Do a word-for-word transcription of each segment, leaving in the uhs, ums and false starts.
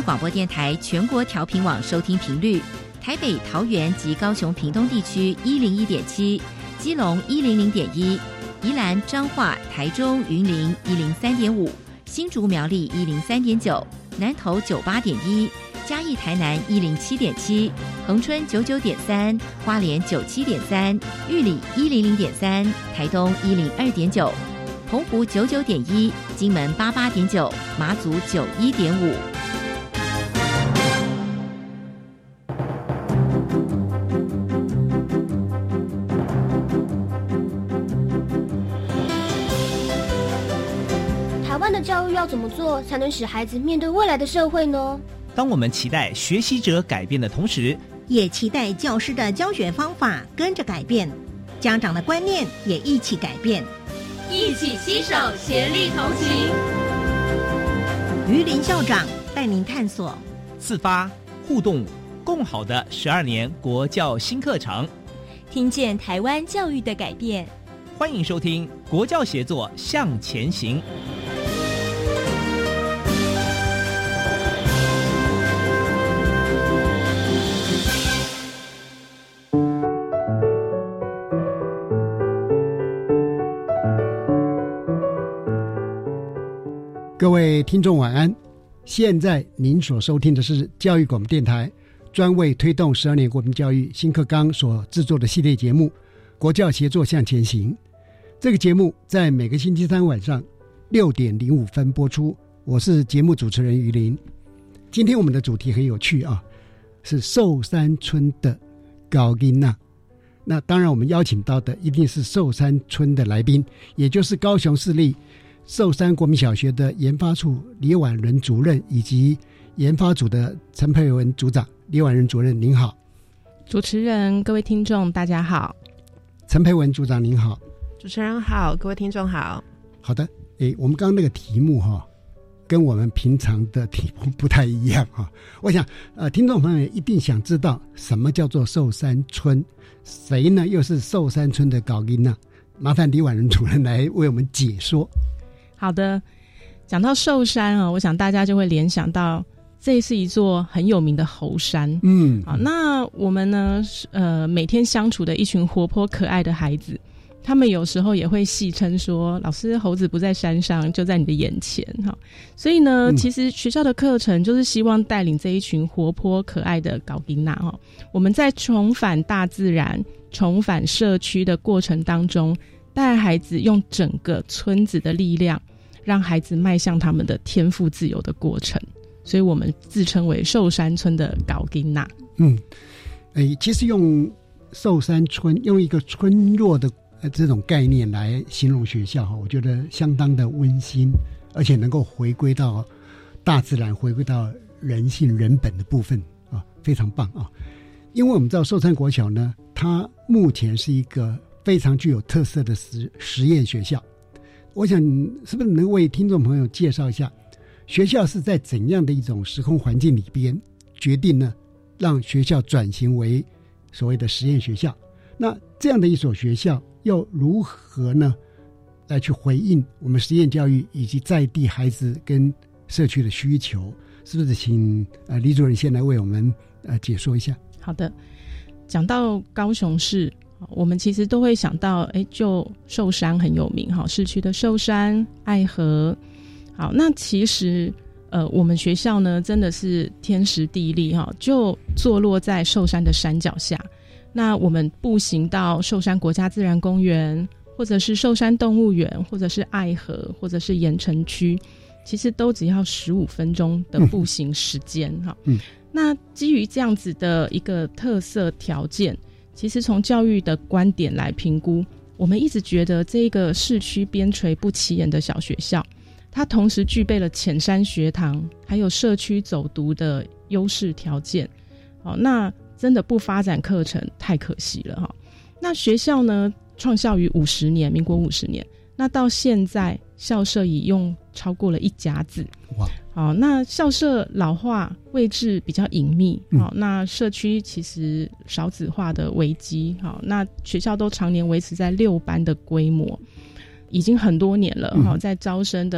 广播电台全国调频网收听频率：台北、桃园及高雄屏东地区一零一点七，基隆一零零点一，宜兰、彰化、台中、云林一零三点五，新竹苗栗一零三点九，南投九八点一，嘉义台南一零七点七，恒春九九点三，花莲九七点三，玉里一零零点三，台东一零二点九，澎湖九九点一，金门八八点九，马祖九一点五。 台湾的教育要怎么做才能使孩子面对未来的社会呢？ 当我们期待学习者改变的同时， 也期待教师的教学方法跟着改变，家长的观念也一起改变， 一起携手协力同行。 于林校长带您探索自发互动共好的十二年国教新课程， 听见台湾教育的改变。 欢迎收听国教协作向前行。 各位听众晚安，现在您所收听的是教育广播电台专为推动十二年国民教育新课纲所制作的系列节目国教协作向前行。这个节目在每个星期三晚上六点零五分播出，我是节目主持人于林。今天我们的主题很有趣啊，是寿山村的高囡仔。那当然我们邀请到的一定是寿山村的来宾，也就是高雄市立寿山国民小学的研发处李婉伦主任以及研发组的陈佩文组长。李婉伦主任您好。 主持人各位听众大家好。 陈佩文组长您好。 主持人好，各位听众好。 好的，诶，我们刚刚那个题目哈，跟我们平常的题目不太一样哈。我想呃，听众朋友一定想知道什么叫做寿山村，谁呢又是寿山村的高囡仔？麻烦李婉伦主任来为我们解说。 好的，讲到寿山啊，我想大家就会联想到这是一座很有名的猴山。嗯，好，那我们呢，呃，每天相处的一群活泼可爱的孩子，他们有时候也会戏称说，老师，猴子不在山上，就在你的眼前。哈，所以呢，嗯、其实学校的课程就是希望带领这一群活泼可爱的高囡仔哈，我们在重返大自然、重返社区的过程当中，带孩子用整个村子的力量，让孩子迈向他们的天赋自由的过程。所以我们自称为寿山村的高囡仔。嗯，诶， 其实用寿山村，用一个村落的这种概念来形容学校，我觉得相当的温馨，而且能够回归到大自然，回归到人性人本的部分啊，非常棒啊！因为我们知道寿山国小呢，它目前是一个非常具有特色的实实验学校。我想是不是能为听众朋友介绍一下，学校是在怎样的一种时空环境里边决定呢，让学校转型为所谓的实验学校？那这样的一所学校又如何呢来去回应我们实验教育以及在地孩子跟社区的需求？是不是请呃李主任先来为我们呃解说一下？ 好的，讲到高雄市，我们其实都会想到，哎，就寿山很有名哈，市区的寿山、爱河。好，那其实呃，我们学校呢真的是天时地利哈，就坐落在寿山的山脚下。那我们步行到寿山国家自然公园，或者是寿山动物园，或者是爱河，或者是盐城区，其实都只要十五分钟的步行时间哈。嗯，那基于这样子的一个特色条件，其实从教育的观点来评估，我们一直觉得这个市区边陲不起眼的小学校，它同时具备了浅山学堂还有社区走读的优势条件。好，那真的不发展课程太可惜了哈。那学校呢创校于五十年，民国五十年，那到现在校舍已用超过了一甲子。哇！好，那校舍老化，位置比较隐秘。好，嗯、那社区其实少子化的危机。好，那学校都常年维持在六班的规模，已经很多年了。好、嗯，在招生的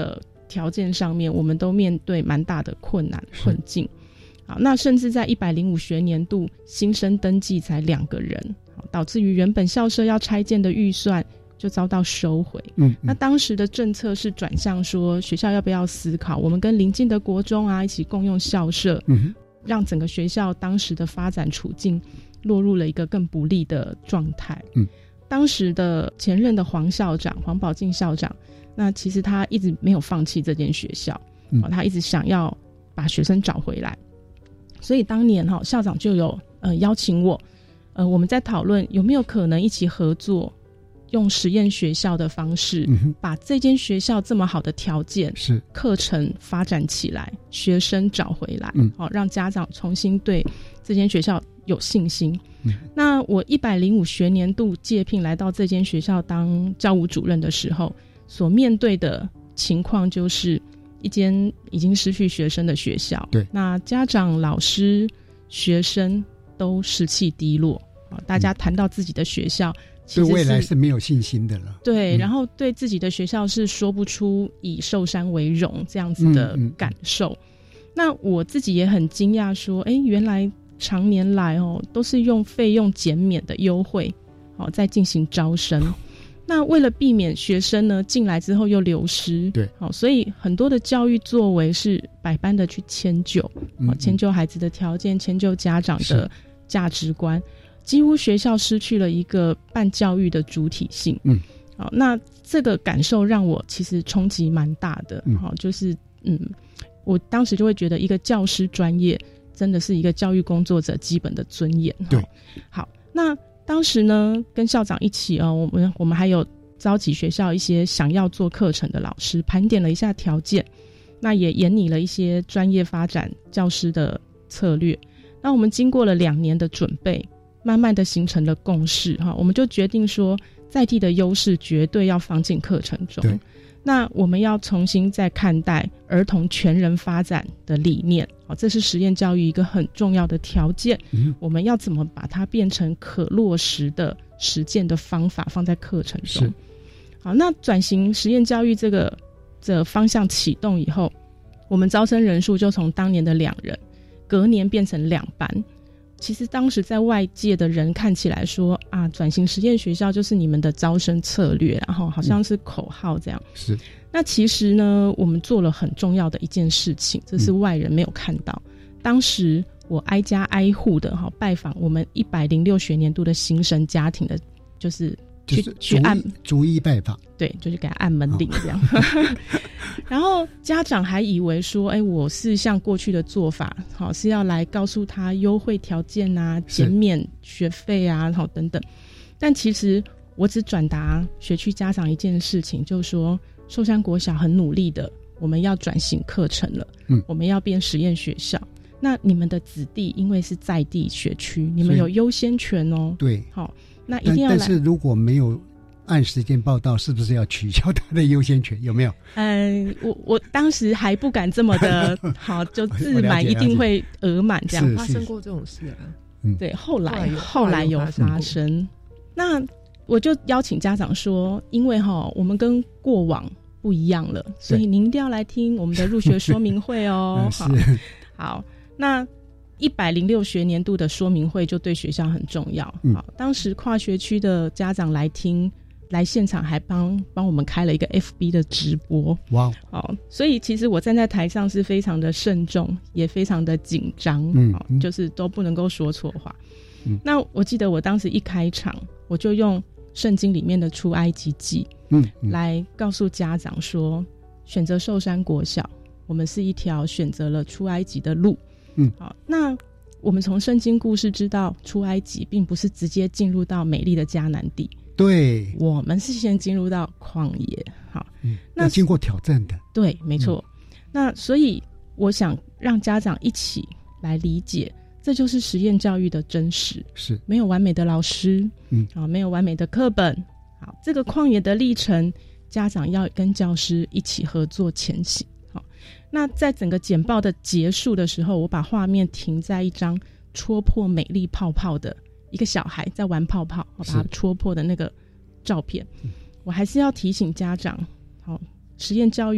条件上面，我们都面对蛮大的困难困境。好，那甚至在一百零五学年度新生登记才两个人，导致于原本校舍要拆建的预算就遭到收回。嗯，那当时的政策是转向说，学校要不要思考我们跟邻近的国中啊一起共用校舍，嗯，让整个学校当时的发展处境落入了一个更不利的状态。嗯，当时的前任的黄校长黄宝进校长，那其实他一直没有放弃这间学校，嗯，他一直想要把学生找回来。所以当年哈校长就有呃邀请我，呃我们在讨论有没有可能一起合作，用实验学校的方式，嗯，把这间学校这么好的条件是课程发展起来，学生找回来，嗯，好，让家长重新对这间学校有信心。嗯，那我一百零五学年度借聘来到这间学校当教务主任的时候，所面对的情况就是一间已经失去学生的学校，对，那家长、老师、学生都士气低落，大家谈到自己的学校，其实对未来是没有信心的了。 对，嗯，然后对自己的学校是说不出以寿山为荣这样子的感受。嗯嗯，那我自己也很惊讶说，哎，原来常年来哦都是用费用减免的优惠，哦，在进行招生。那为了避免学生呢进来之后又流失，对，好，所以很多的教育作为是百般的去迁就，嗯，迁就孩子的条件，迁就家长的价值观，几乎学校失去了一个办教育的主体性。嗯，好，那这个感受让我其实冲击蛮大的。嗯，好，就是嗯，我当时就会觉得一个教师专业真的是一个教育工作者基本的尊严。对，好，那当时呢，跟校长一起哦，我们我们还有召集学校一些想要做课程的老师，盘点了一下条件，那也研拟了一些专业发展教师的策略。那我们经过了两年的准备，慢慢的形成了共识哈，我们就决定说，在地的优势绝对要放进课程中。对，那我们要重新再看待儿童全人发展的理念，这是实验教育一个很重要的条件。嗯，我们要怎么把它变成可落实的实践的方法放在课程中。是，好，那转型实验教育这个这个方向启动以后，我们招生人数就从当年的两人隔年变成两班。其实当时在外界的人看起来说啊，转型实验学校就是你们的招生策略，然后好像是口号这样。是，那其实呢，我们做了很重要的一件事情，这是外人没有看到。嗯，当时我挨家挨户的哈拜访我们一百零六学年度的新生家庭的，就是去、就是、去按逐一拜访， 对，就是给他按门铃这样。哦然后家长还以为说，哎，我是像过去的做法，好是要来告诉他优惠条件啊、减免学费啊，好等等。但其实我只转达学区家长一件事情，就是说寿山国小很努力的，我们要转型课程了，嗯，我们要变实验学校。那你们的子弟因为是在地学区，你们有优先权哦。对，好，那一定要来。 但是如果没有按时间报到，是不是要取消他的优先权？有没有？ 嗯，我我当时还不敢这么的好，就自满一定会额满这样。 发生过这种事啊？ 嗯，对，后来后来有发生。那我就邀请家长说，因为哈，我们跟过往不一样了，所以您一定要来听我们的入学说明会哦。好，好，那一百零六学年度的说明会就对学校很重要。嗯，好，当时跨学区的家长来听。来现场还帮帮我们开了一个 F B 的直播，哇，好，所以其实我站在台上是非常的慎重，也非常的紧张，嗯，嗯，就是都不能够说错话。嗯，那我记得我当时一开场，我就用圣经里面的出埃及记，嗯，嗯，来告诉家长说，选择寿山国小，我们是一条选择了出埃及的路。嗯，好，那我们从圣经故事知道，出埃及并不是直接进入到美丽的迦南地。对，我们是先进入到旷野，好， 嗯，那要经过挑战的， 对，没错。嗯，那所以我想让家长一起来理解，这就是实验教育的真实，是没有完美的老师，嗯，啊，没有完美的课本，好，这个旷野的历程，家长要跟教师一起合作前行。好，那在整个简报的结束的时候，我把画面停在一张戳破美丽泡泡的。一个小孩在玩泡泡，我把它戳破的那个照片，我还是要提醒家长，好，实验教育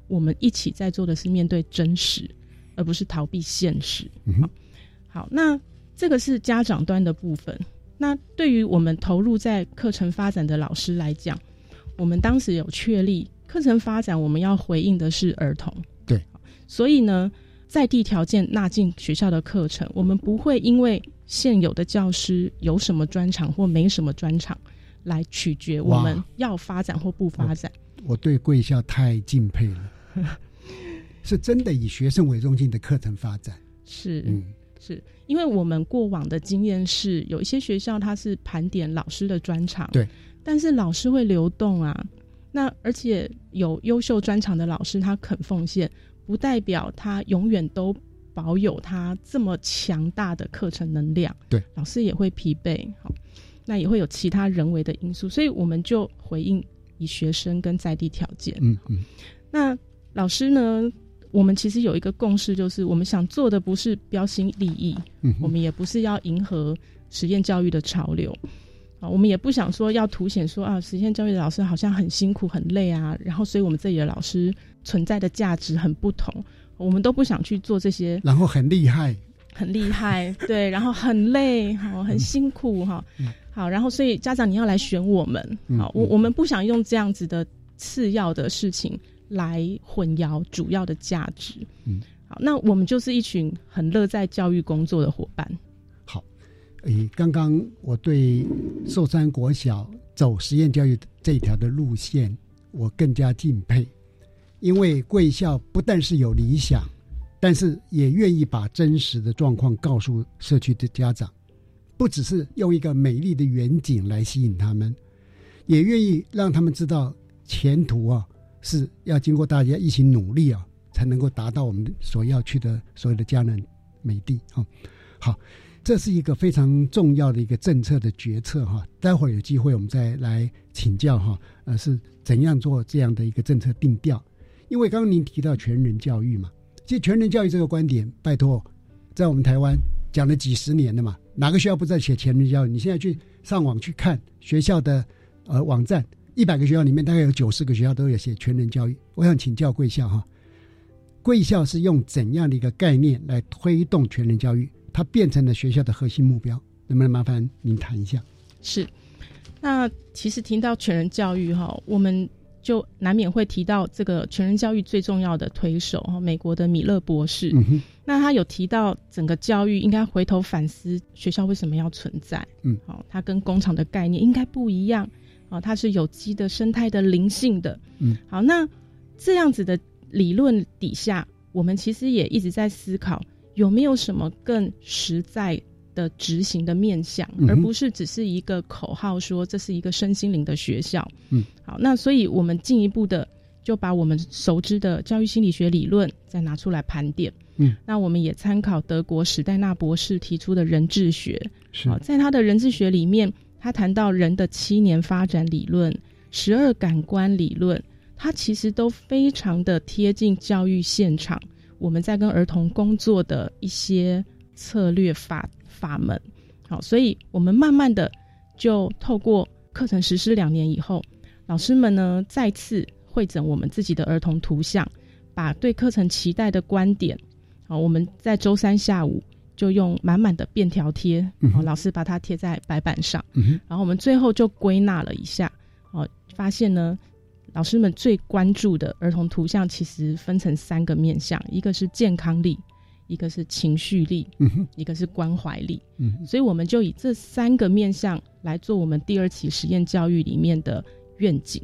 我们一起在做的是面对真实，而不是逃避现实。嗯、好, 好，那这个是家长端的部分。那对于我们投入在课程发展的老师来讲，我们当时有确立课程发展我们要回应的是儿童， 对， 所以呢在地条件纳进学校的课程，我们不会因为现有的教师有什么专长或没什么专长来取决我们要发展或不发展。 我, 我对贵校太敬佩了是真的以学生为中心的课程发展。 是，嗯，是因为我们过往的经验是有一些学校它是盘点老师的专长， 对， 但是老师会流动啊，那而且有优秀专长的老师他肯奉献，不代表他永远都保有他这么强大的课程能量， 对， 老师也会疲惫，好，那也会有其他人为的因素，所以我们就回应以学生跟在地条件。 嗯嗯，那老师呢，我们其实有一个共识，就是我们想做的不是标新立异，嗯，我们也不是要迎合实验教育的潮流，啊，我们也不想说要凸显说啊，实验教育的老师好像很辛苦很累啊，然后所以我们这里的老师存在的价值很不同，我们都不想去做这些， 然后很厉害很厉害对，然后很累很辛苦哈、嗯，好，然后所以家长你要来选我们，好，我我们不想用这样子的次要的事情来混淆主要的价值。嗯，好，那我们就是一群很乐在教育工作的伙伴。 好，诶，刚刚我对寿山国小走实验教育这一条的路线，我更加敬佩，因为贵校不但是有理想，但是也愿意把真实的状况告诉社区的家长，不只是用一个美丽的远景来吸引他们，也愿意让他们知道前途啊是要经过大家一起努力啊，才能够达到我们所要去的所有的迦南美地。好，好，这是一个非常重要的一个政策的决策哈。待会儿有机会我们再来请教哈，呃，是怎样做这样的一个政策定调？因为刚刚您提到全人教育嘛，其实全人教育这个观点，拜托，在我们台湾讲了几十年了嘛，哪个学校不在写全人教育？你现在去上网去看学校的呃网站。一百个学校里面大概有九十个学校都有写全人教育。我想请教贵校哈，贵校是用怎样的一个概念来推动全人教育？它变成了学校的核心目标，能不能麻烦您谈一下？ 是，那其实听到全人教育哈，我们就难免会提到这个全人教育最重要的推手哈，美国的米勒博士。嗯哼，那他有提到整个教育应该回头反思学校为什么要存在。嗯，好，它跟工厂的概念应该不一样。哦，它是有机的、生态的、灵性的。嗯，好，那这样子的理论底下，我们其实也一直在思考有没有什么更实在的执行的面向，嗯，而不是只是一个口号说这是一个身心灵的学校。嗯，好，那所以我们进一步的就把我们熟知的教育心理学理论再拿出来盘点。嗯，那我们也参考德国史黛纳博士提出的人智学。是，好，在他的人智学里面，他谈到人的七年发展理论、十二感官理论，它其实都非常的贴近教育现场我们在跟儿童工作的一些策略法法门。好，所以我们慢慢的就透过课程实施两年以后，老师们呢再次汇整我们自己的儿童图像，把对课程期待的观点，好，我们在周三下午就用满满的便条贴，嗯，老师把它贴在白板上，嗯，然后我们最后就归纳了一下，哦，发现呢老师们最关注的儿童图像其实分成三个面向，一个是健康力，一个是情绪力，嗯，一个是关怀力，嗯，所以我们就以这三个面向来做我们第二期实验教育里面的愿景。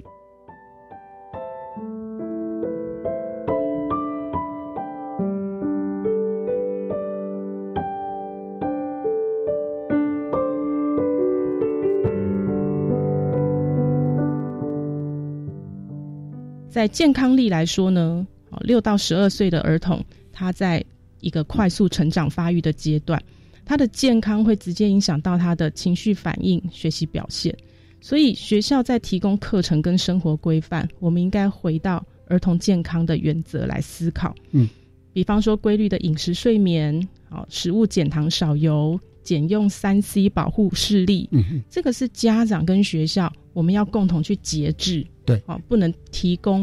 在健康力来说呢，六到十二岁的儿童，他在一个快速成长发育的阶段，他的健康会直接影响到他的情绪反应、学习表现。所以学校在提供课程跟生活规范，我们应该回到儿童健康的原则来思考。嗯，比方说规律的饮食、睡眠，食物减糖少油，减用 三 C 保护视力，嗯，这个是家长跟学校我们要共同去节制。对，哦，不能提供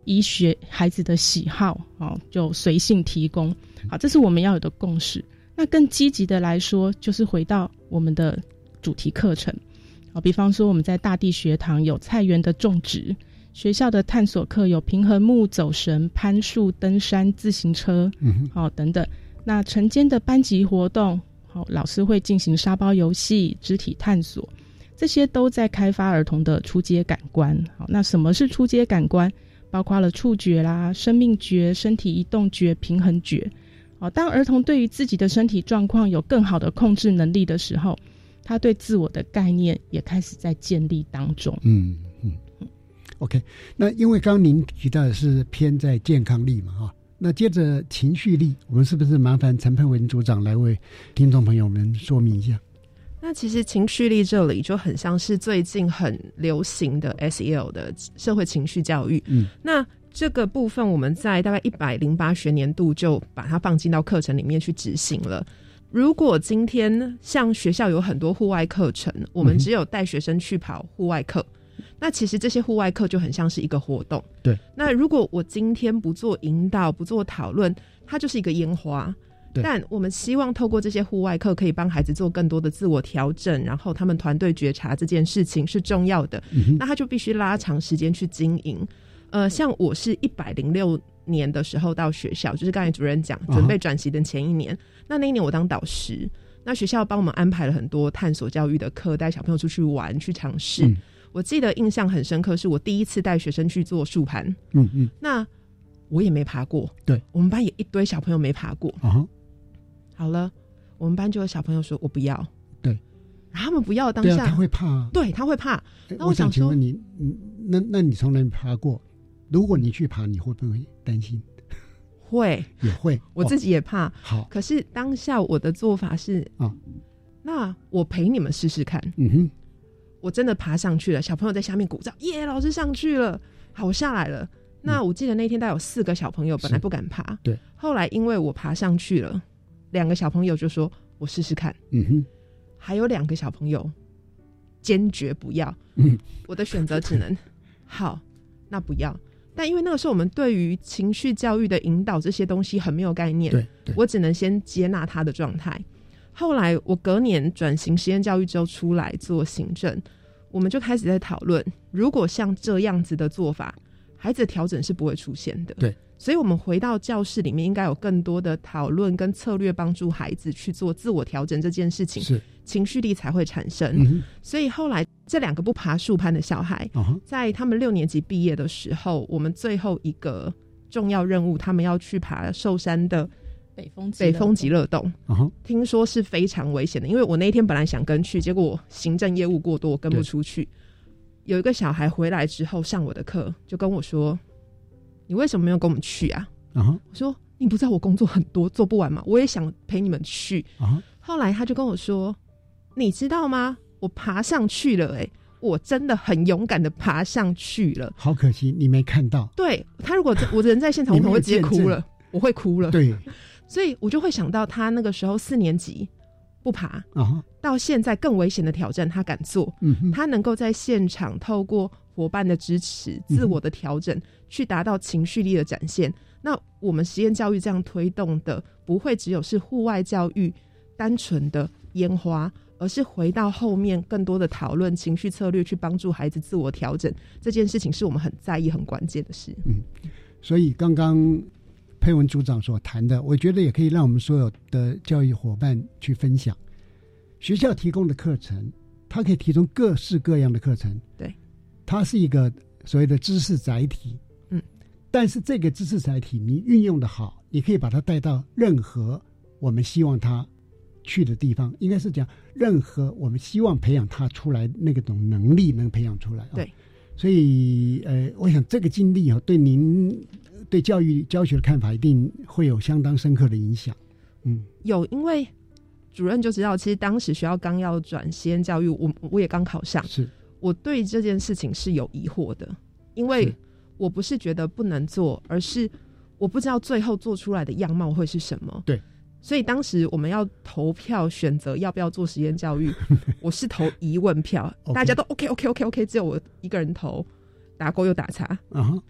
依学孩子的喜好，哦，就随性提供。好，这是我们要有的共识。那更积极的来说，就是回到我们的主题课程。好，比方说我们在大地学堂有菜园的种植，学校的探索课有平衡木、走绳、攀树、登山、自行车，嗯，好，等等。那晨间的班级活动，好，老师会进行沙包游戏、肢体探索，这些都在开发儿童的初阶感官。好，那什么是初阶感官？包括了触觉啦、生命觉、身体移动觉、平衡觉。好，当儿童对于自己的身体状况有更好的控制能力的时候，他对自我的概念也开始在建立当中。 嗯嗯 ，OK。那因为刚刚您提到的是偏在健康力嘛，哈，那接着情绪力，我们是不是麻烦陈佩文组长来为听众朋友们说明一下？ 那其实情绪力这里就很像是最近很流行的 S E L 的社会情绪教育。嗯，那这个部分我们在大概一百零八学年度就把它放进到课程里面去执行了。如果今天像学校有很多户外课程，我们只有带学生去跑户外课，嗯，那其实这些户外课就很像是一个活动。 对。 那如果我今天不做引导，不做讨论，它就是一个烟花。但我们希望透过这些户外课可以帮孩子做更多的自我调整，然后他们团队觉察这件事情是重要的，嗯，那他就必须拉长时间去经营。呃，像我是一百零六年的时候到学校，就是刚才主任讲准备转习的前一年，啊，那那一年我当导师，那学校帮我们安排了很多探索教育的课，带小朋友出去玩去尝试，嗯，我记得印象很深刻是我第一次带学生去做树盘，嗯嗯，那我也没爬过， 对， 我们班也一堆小朋友没爬过，啊，好了，我们班就有小朋友说我不要， 对， 然后他们不要当下， 对啊，他会怕，啊， 对，他会怕。那我想请问你，那那你从来没爬过？如果你去爬，你会不会担心？ 会， 也会， 我自己也怕。 哦，好， 可是当下我的做法是啊，那我陪你们试试看。嗯哼，我真的爬上去了，小朋友在下面鼓噪，耶，老师上去了。好，我下来了。那我记得那天大概有四个小朋友本来不敢爬， 对， 后来因为我爬上去了，两个小朋友就说我试试看。嗯哼，还有两个小朋友坚决不要。嗯，我的选择只能好，那不要。但因为那个时候我们对于情绪教育的引导这些东西很没有概念， 对对， 我只能先接纳他的状态。后来我隔年转型实验教育之后出来做行政，我们就开始在讨论，如果像这样子的做法，孩子的调整是不会出现的。 对， 所以我们回到教室里面应该有更多的讨论跟策略，帮助孩子去做自我调整这件事情， 是情绪力才会产生。嗯，所以后来这两个不爬树攀的小孩，uh-huh. 在他们六年级毕业的时候，我们最后一个重要任务，他们要去爬寿山的北峰北峰极乐洞， uh-huh. 听说是非常危险的，因为我那一天本来想跟去，结果我行政业务过多，我跟不出去。有一个小孩回来之后上我的课，就跟我说：“你为什么没有跟我们去啊？” uh-huh. 我说：“你不知道我工作很多，做不完吗？我也想陪你们去。Uh-huh. ”后来他就跟我说：“你知道吗？我爬上去了、欸，哎，我真的很勇敢的爬上去了。 好可惜你没看到。 对，他如果我人在现场，我可能会直接哭了，我会哭了。 对， 所以我就会想到他那个时候四年级不爬。Uh-huh.到现在更危险的挑战他敢做，嗯，他能够在现场透过伙伴的支持、自我的调整，嗯，去达到情绪力的展现。那我们实验教育这样推动的，不会只有是户外教育单纯的烟花，而是回到后面更多的讨论情绪策略，去帮助孩子自我调整。这件事情是我们很在意、很关键的事。 嗯，所以刚刚佩文组长所谈的，我觉得也可以让我们所有的教育伙伴去分享。学校提供的课程，它可以提供各式各样的课程， 对， 它是一个所谓的知识载体，嗯，但是这个知识载体你运用的好，你可以把它带到任何我们希望它去的地方，应该是讲任何我们希望培养它出来那个种能力能培养出来， 对， 哦，所以呃，我想这个经历啊，对您对教育教学的看法一定会有相当深刻的影响，嗯， 有，因为主任就知道，其实当时学校刚要转实验教育，我我也刚考上， 是我对这件事情是有疑惑的，因为我不是觉得不能做，而是我不知道最后做出来的样貌会是什么。 对， 所以当时我们要投票选择要不要做实验教育，我是投疑问票，大家都 OK OK OK OK， 只有我一个人投打勾又打叉。Uh-huh.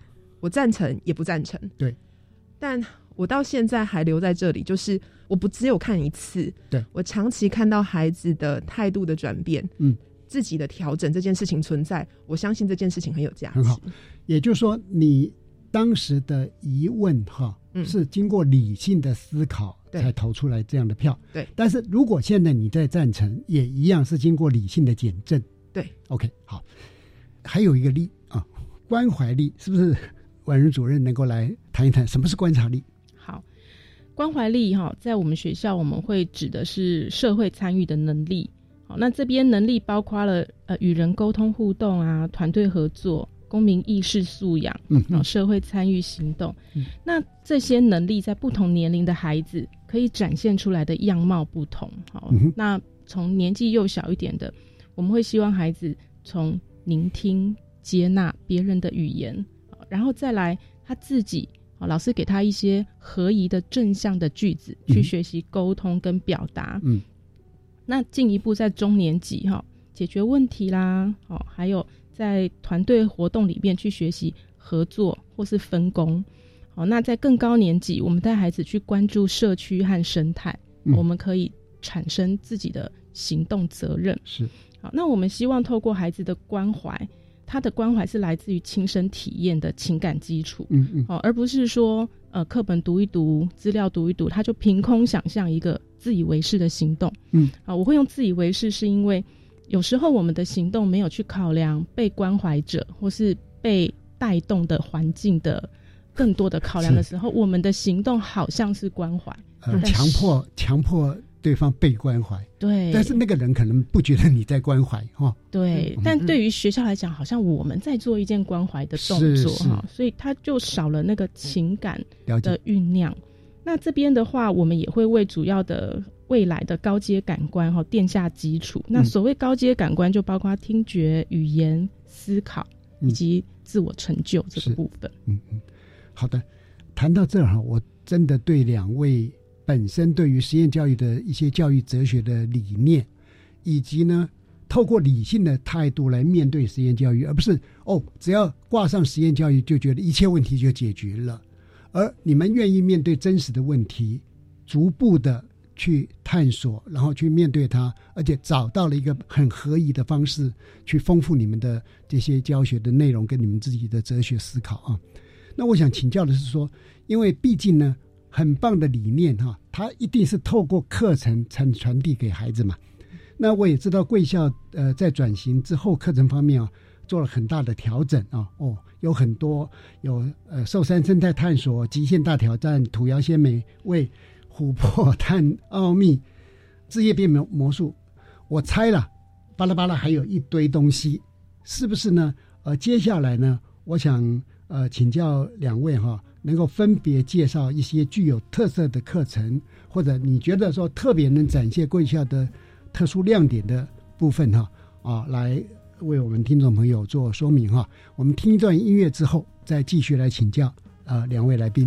我赞成也不赞成。 对， 但我到现在还留在这里，就是我不只有看一次， 对， 我长期看到孩子的态度的转变， 嗯， 自己的调整，这件事情存在，我相信这件事情很有价值。 很好，也就是说，你当时的疑问哈， 嗯， 是经过理性的思考才投出来这样的票。 对， 但是如果现在你在赞成，也一样是经过理性的检证。 对 ，OK， 好，还有一个力啊，关怀力，是不是？婉如主任能够来谈一谈什么是观察力？ 好，关怀力哈，在我们学校我们会指的是社会参与的能力。好，那这边能力包括了呃与人沟通互动啊，团队合作、公民意识素养，嗯，社会参与行动。嗯，那这些能力在不同年龄的孩子可以展现出来的样貌不同。好，嗯，那从年纪幼小一点的，我们会希望孩子从聆听、接纳别人的语言。然后再来他自己，老师给他一些合宜的正向的句子，嗯，去学习沟通跟表达。嗯，那进一步在中年级哈，解决问题啦，哦，还有在团队活动里面去学习合作或是分工。好，那在更高年级，我们带孩子去关注社区和生态，嗯，我们可以产生自己的行动责任。 是， 好，那我们希望透过孩子的关怀。他的关怀是来自于亲身体验的情感基础，嗯嗯，哦，而不是说呃课本读一读、资料读一读，他就凭空想象一个自以为是的行动，嗯，啊，我会用自以为是，是因为有时候我们的行动没有去考量被关怀者或是被带动的环境的更多的考量的时候，我们的行动好像是关怀， 呃，强迫强迫。对方被关怀， 对， 但是那个人可能不觉得你在关怀哈， 对，嗯，但对于学校来讲，好像我们在做一件关怀的动作哈，所以他就少了那个情感的酝酿。那这边的话，我们也会为主要的未来的高阶感官哈奠下基础。嗯，那所谓高阶感官，就包括听觉、语言、思考以及自我成就这个部分。 嗯嗯，好的，谈到这儿哈，我真的对两位。本身对于实验教育的一些教育哲学的理念，以及呢，透过理性的态度来面对实验教育，而不是哦，只要挂上实验教育就觉得一切问题就解决了，而你们愿意面对真实的问题，逐步的去探索，然后去面对它，而且找到了一个很合宜的方式去丰富你们的这些教学的内容跟你们自己的哲学思考啊。那我想请教的是说，因为毕竟呢。很棒的理念哈，它一定是透过课程才传递给孩子嘛。那我也知道贵校呃在转型之后，课程方面啊做了很大的调整啊。哦，有很多有呃寿山生态探索、极限大挑战、土窑鲜美味、琥珀探奥秘、枝叶变魔魔术。我猜了，巴拉巴拉还有一堆东西，是不是呢？呃，接下来呢，我想呃请教两位哈。能够分别介绍一些具有特色的课程，或者你觉得说特别能展现贵校的特殊亮点的部分哈啊，来为我们听众朋友做说明哈。我们听一段音乐之后，再继续来请教啊两位来宾。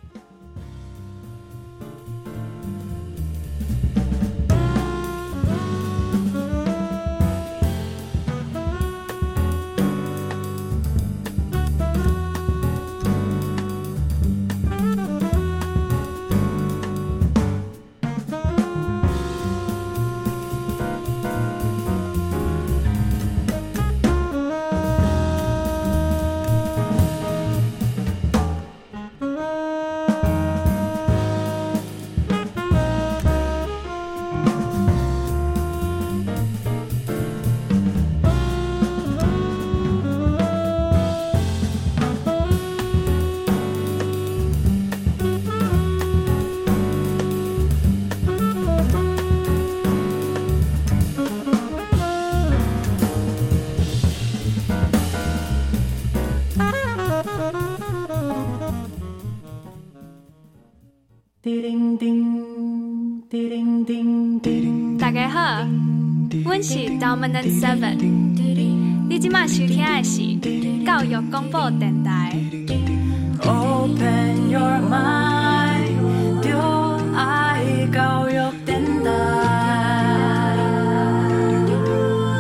大家好，阮是 Dominant Seven， 你即马收听的是教育广播电台。Open your mind， 就爱教育电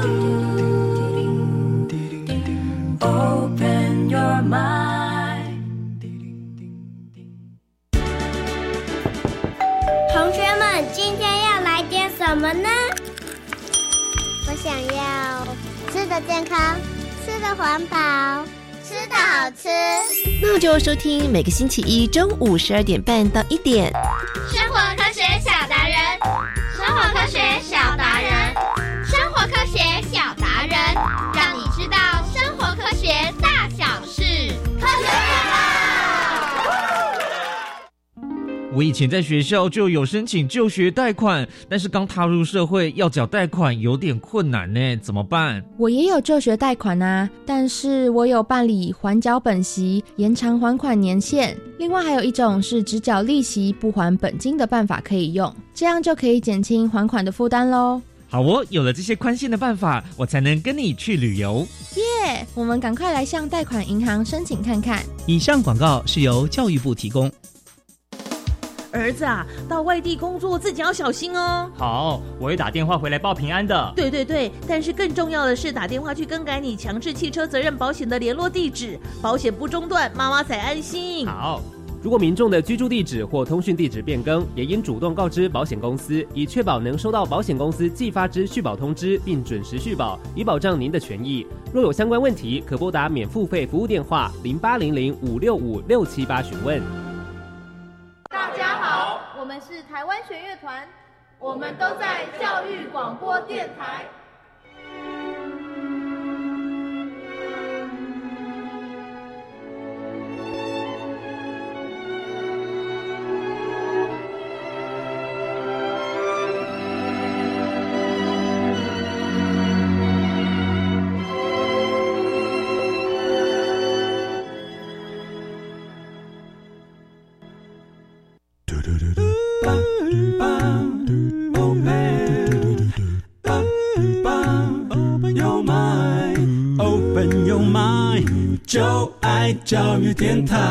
台。Open your mind。 什么呢？ 我想要吃的健康，吃的环保，吃的好吃。 那就收听每个星期一中午十二点半到一点， 生活科学小达人，生活科学小达人，生活科学小达人，让你知道生活科学大小事。科学月报。 我以前在学校就有申请就学贷款，但是刚踏入社会要缴贷款有点困难呢，怎么办？ 我也有就学贷款啊，但是我有办理缓缴本息、延长还款年限，另外还有一种是只缴利息不还本金的办法可以用，这样就可以减轻还款的负担咯。 好哦，有了这些宽限的办法，我才能跟你去旅游。 耶、yeah, 我们赶快来向贷款银行申请看看。 以上广告是由教育部提供。 儿子啊，到外地工作自己要小心哦。 好，我会打电话回来报平安的。 对对对，但是更重要的是打电话去更改你强制汽车责任保险的联络地址，保险不中断，妈妈才安心。 好，如果民众的居住地址或通讯地址变更，也应主动告知保险公司，以确保能收到保险公司寄发之续保通知，并准时续保，以保障您的权益。若有相关问题，可拨打免付费服务电话零八零零五六五六七八询问。 大家好，我们是台湾弦乐团，我们都在教育广播电台。 就爱教育电台。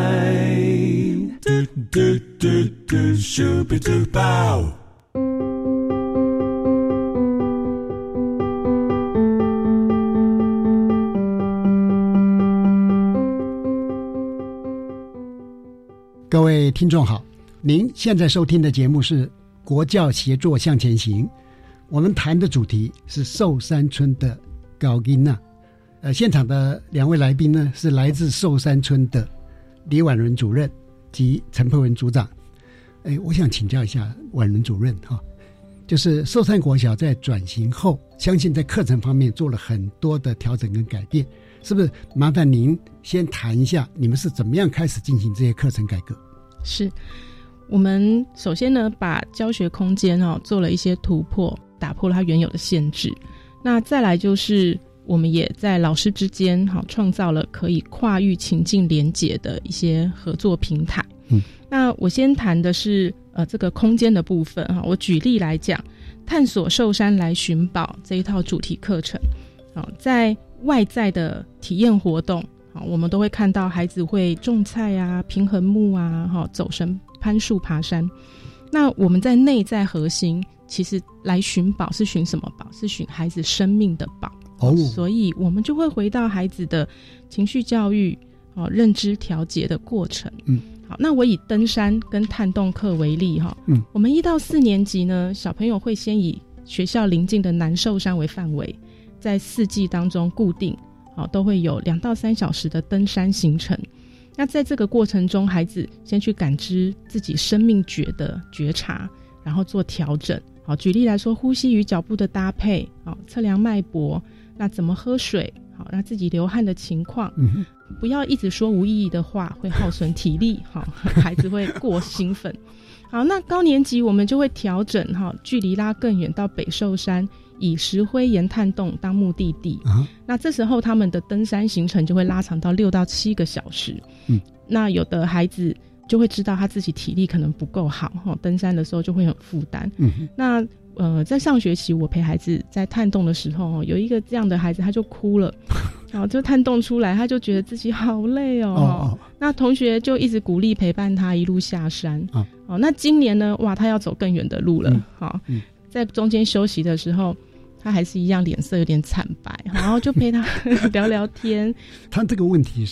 各位听众好，您现在收听的节目是国教协作向前行，我们谈的主题是寿山村的高囡仔。呃，现场的两位来宾呢，是来自寿山村的李婉伦主任及陈佩文组长。哎，我想请教一下婉伦主任哈、哦，就是寿山国小在转型后，相信在课程方面做了很多的调整跟改变，是不是？麻烦您先谈一下，你们是怎么样开始进行这些课程改革？ 是，我们首先呢，把教学空间哦做了一些突破，打破了它原有的限制。那再来就是。我们也在老师之间好创造了可以跨域情境连结的一些合作平台。嗯，那我先谈的是呃这个空间的部分哈。我举例来讲，探索寿山来寻宝这一套主题课程，好，在外在的体验活动，好，我们都会看到孩子会种菜啊、平衡木啊、哈走绳、攀树、爬山。那我们在内在核心，其实来寻宝是寻什么宝？是寻孩子生命的宝。哦，所以我们就会回到孩子的情绪教育、哦、认知调节的过程。嗯，好，那我以登山跟探洞课为例哈。嗯，我们一到四年级呢，小朋友会先以学校邻近的南寿山为范围，在四季当中固定，哦，都会有两到三小时的登山行程。那在这个过程中，孩子先去感知自己生命觉的觉察，然后做调整。好，举例来说，呼吸与脚步的搭配，好，测量脉搏。那怎么喝水？好，让自己流汗的情况，嗯、不要一直说无意义的话，会耗损体力，好，孩子会过兴奋。好，那高年级我们就会调整哈，距离拉更远到北寿山，以石灰岩探洞当目的地。啊、那这时候他们的登山行程就会拉长到六到七个小时。嗯，那有的孩子就会知道他自己体力可能不够好，哈，登山的时候就会很负担。嗯，那。呃，在上学期我陪孩子在探洞的时候，有一个这样的孩子他就哭了，然后就探洞出来，他就觉得自己好累哦。哦哦，那同学就一直鼓励陪伴他一路下山。哦，哦那今年呢，哇，他要走更远的路了。好、嗯嗯，在中间休息的时候，他还是一样脸色有点惨白，然后就陪他聊聊天。 他这个问题是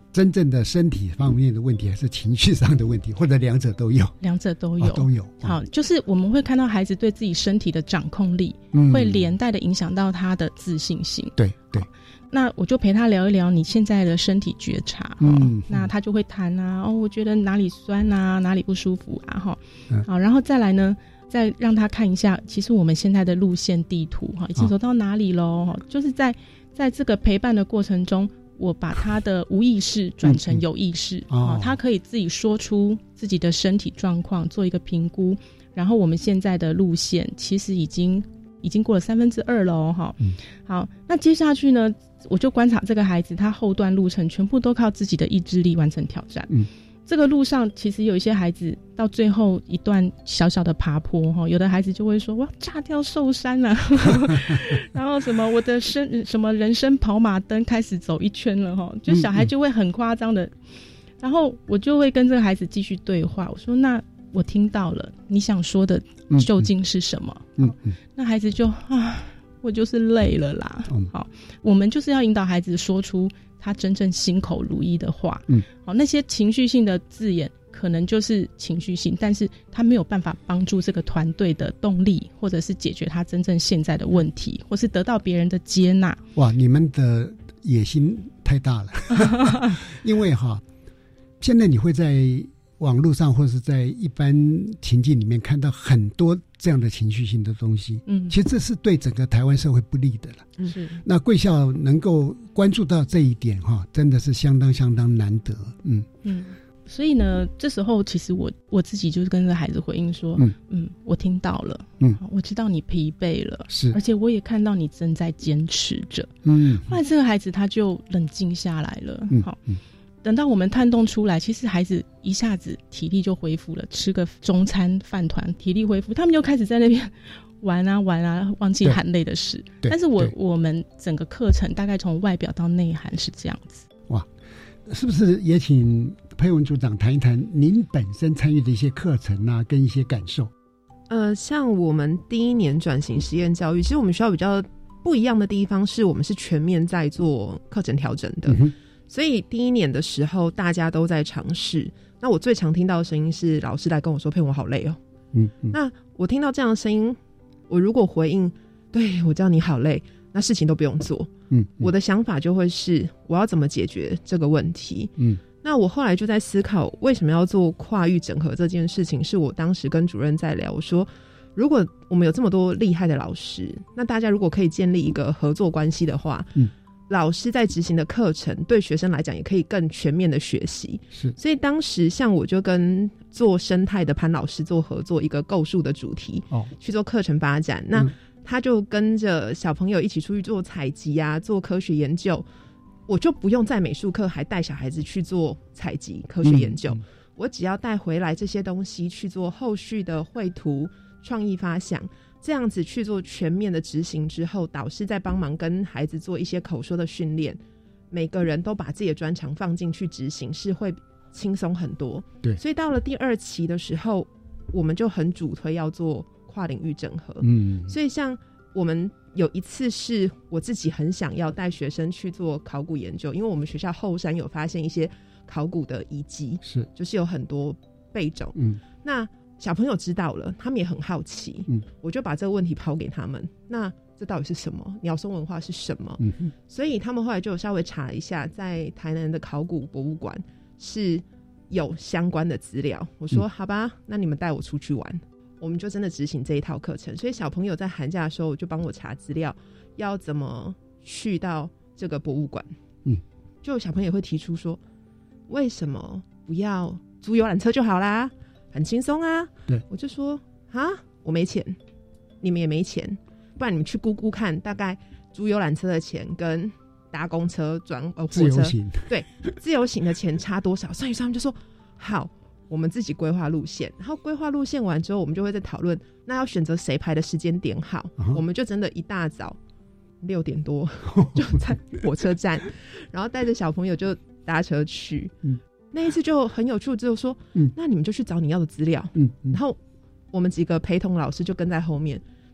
真正的身体方面的问题，还是情绪上的问题，或者两者都有？ 两者都有， 哦、都有。 好，就是我们会看到孩子对自己身体的掌控力， 嗯、 会连带的影响到他的自信心。 对对。 那我就陪他聊一聊你现在的身体觉察，嗯，那他就会谈啊，哦，我觉得哪里酸啊，哪里不舒服啊，哈、嗯，好，然后再来呢，再让他看一下，其实我们现在的路线地图哈，已经走到哪里喽、哦？就是在在这个陪伴的过程中，我把他的无意识转成有意识，啊、嗯哦，他可以自己说出自己的身体状况，做一个评估，然后我们现在的路线其实已经已经过了三分之二了哦，哈、嗯，好，那接下去呢？我就观察这个孩子，他后段路程全部都靠自己的意志力完成挑战。嗯，这个路上其实有一些孩子到最后一段小小的爬坡，有的孩子就会说：“我要炸掉寿山了。”然后什么我的生什么人生跑马灯开始走一圈了哈，就小孩就会很夸张的。嗯嗯，然后我就会跟这个孩子继续对话，我说：“那我听到了，你想说的究竟是什么？”嗯 嗯, 嗯，那孩子就啊。我就是累了啦、嗯、好，我们就是要引导孩子说出他真正心口如一的话。嗯，好，那些情绪性的字眼可能就是情绪性，但是他没有办法帮助这个团队的动力，或者是解决他真正现在的问题，或是得到别人的接纳。 哇，你们的野心太大了因为哈，现在你会在网络上或者是在一般情境里面看到很多这样的情绪性的东西，嗯，其实这是对整个台湾社会不利的了。嗯，是。那贵校能够关注到这一点哈，真的是相当相当难得。嗯嗯， 所以呢，这时候其实我我自己就是跟这孩子回应说，嗯嗯，我听到了，嗯，我知道你疲惫了，是，而且我也看到你正在坚持着。嗯，后来这个孩子他就冷静下来了。嗯，好。嗯，等到我们探洞出来，其实孩子一下子体力就恢复了，吃个中餐饭团体力恢复，他们就开始在那边玩啊玩啊，忘记含泪的事。但是我我们整个课程大概从外表到内涵是这样子。 哇，是不是也请佩文组长谈一谈您本身参与的一些课程啊，跟一些感受？ 呃，像我们第一年转型实验教育，其实我们学校比较不一样的地方是我们是全面在做课程调整的。嗯，所以第一年的时候大家都在尝试，那我最常听到的声音是老师来跟我说：“佩文，我好累哦。”嗯，嗯，那我听到这样的声音，我如果回应对，我知道你好累，那事情都不用做。嗯，嗯，我的想法就会是我要怎么解决这个问题。嗯，那我后来就在思考为什么要做跨域整合这件事情，是我当时跟主任在聊，我说如果我们有这么多厉害的老师，那大家如果可以建立一个合作关系的话，嗯，老师在执行的课程对学生来讲也可以更全面的学习。是，所以当时像我就跟做生态的潘老师做合作，一个构树的主题，哦，去做课程发展。那他就跟着小朋友一起出去做采集啊，做科学研究，我就不用在美术课还带小孩子去做采集科学研究，嗯，我只要带回来这些东西去做后续的绘图创意发想，这样子去做全面的执行之后，导师再帮忙跟孩子做一些口说的训练，每个人都把自己的专长放进去执行，是会轻松很多。对，所以到了第二期的时候，我们就很主推要做跨领域整合。嗯，所以像我们有一次是我自己很想要带学生去做考古研究，因为我们学校后山有发现一些考古的遗迹，是就是有很多贝种。嗯，那小朋友知道了，他们也很好奇。嗯，我就把这个问题抛给他们，那这到底是什么？鸟松文化是什么？嗯，所以他们后来就稍微查了一下，在台南的考古博物馆是有相关的资料。我说，嗯，好吧，那你们带我出去玩，我们就真的执行这一套课程。所以小朋友在寒假的时候，我就帮我查资料，要怎么去到这个博物馆。嗯，就小朋友会提出说，为什么不要租游览车就好啦？很轻松啊。对，我就说啊，我没钱，你们也没钱，不然你们去估估看，大概租游览车的钱跟搭公车转呃火车，对，自由行的钱差多少？所以他们就说好，我们自己规划路线，然后规划路线完之后，我们就会再讨论，那要选择谁排的时间点好，uh-huh. 我们就真的一大早六点多就在火车站，然后带着小朋友就搭车去。嗯，那一次就很有趣，就说，嗯，那你们就去找你要的资料。嗯，然后我们几个陪同老师就跟在后面，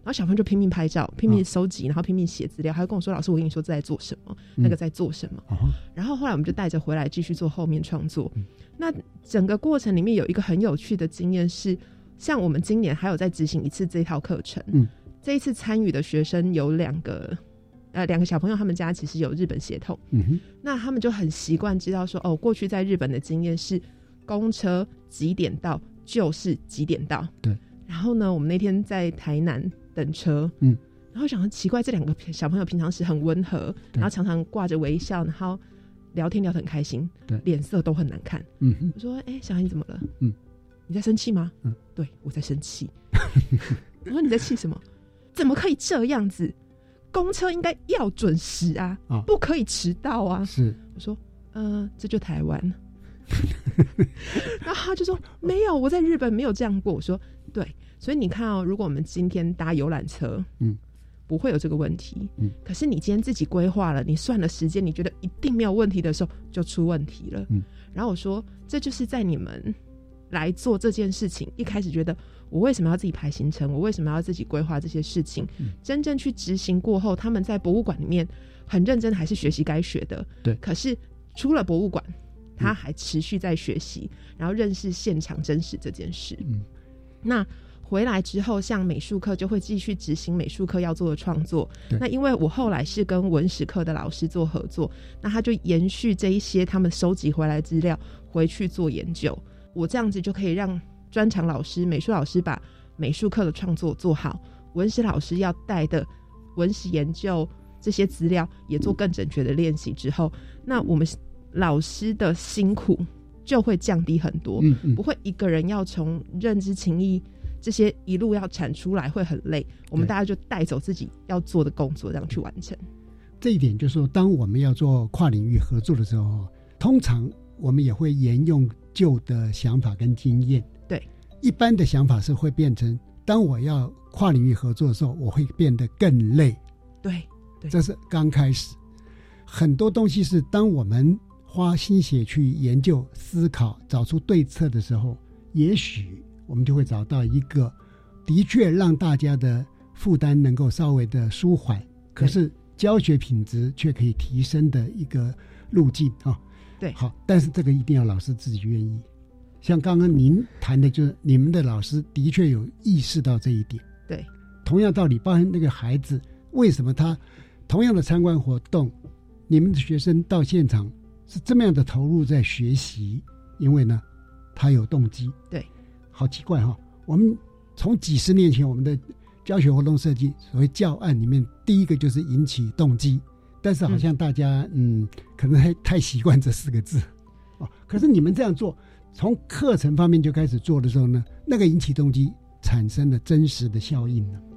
后小朋友就拼命拍照，拼命收集，然后拼命写资料，还会跟我说：“老师，我跟你说这在做什么，嗯、那个在做什么。哦”然后后来我们就带着回来继续做后面创作。嗯、那整个过程里面有一个很有趣的经验是，像我们今年还有再执行一次这套课程。嗯，这一次参与的学生有两个。呃，两个小朋友他们家其实有日本血统，嗯哼，那他们就很习惯知道说，哦，过去在日本的经验是公车几点到就是几点到，对。然后呢，我们那天在台南等车，嗯，然后想很奇怪，这两个小朋友平常时很温和，然后常常挂着微笑，然后聊天聊得很开心，对，脸色都很难看，嗯哼。我说，哎、欸，小孩你怎么了？嗯，你在生气吗？嗯，对，我在生气。我说你在气什么？怎么可以这样子？公车应该要准时啊，哦、不可以迟到啊。是，我说，呃，这就台湾。然后他就说没有，我在日本没有这样过。我说对，所以你看哦，如果我们今天搭游览车，嗯，不会有这个问题。嗯，可是你今天自己规划了，你算了时间，你觉得一定没有问题的时候，就出问题了。嗯，然后我说，这就是在你们来做这件事情，一开始觉得。我为什么要自己排行程？我为什么要自己规划这些事情？嗯、真正去执行过后，他们在博物馆里面很认真，还是学习该学的。对。可是出了博物馆，他还持续在学习，嗯、然后认识现场真实这件事。嗯。那回来之后，像美术课就会继续执行美术课要做的创作。那因为我后来是跟文史课的老师做合作，那他就延续这一些他们收集回来的资料回去做研究。我这样子就可以让。专长老师、美术老师把美术课的创作做好，文史老师要带的文史研究这些资料也做更准确的练习之后，那我们老师的辛苦就会降低很多，嗯嗯不会一个人要从认知情意这些一路要产出来会很累，我们大家就带走自己要做的工作，这样去完成。 这一点就是说，当我们要做跨领域合作的时候，通常我们也会沿用旧的想法跟经验。对，一般的想法是会变成，当我要跨领域合作的时候，我会变得更累。对，对，这是刚开始。很多东西是当我们花心血去研究、思考、找出对策的时候，也许我们就会找到一个的确让大家的负担能够稍微的舒缓，可是教学品质却可以提升的一个路径啊。对，好，但是这个一定要老师自己愿意。像刚刚您谈的，就是你们的老师的确有意识到这一点。对，同样道理，包含那个孩子，为什么他同样的参观活动，你们的学生到现场是这么样的投入在学习？因为呢，他有动机。对，好奇怪哈、哦！我们从几十年前我们的教学活动设计，所谓教案里面，第一个就是引起动机，但是好像大家嗯, 嗯，可能还太习惯这四个字哦。可是你们这样做。从课程方面就开始做的时候呢，那个引起动机产生了真实的效应了。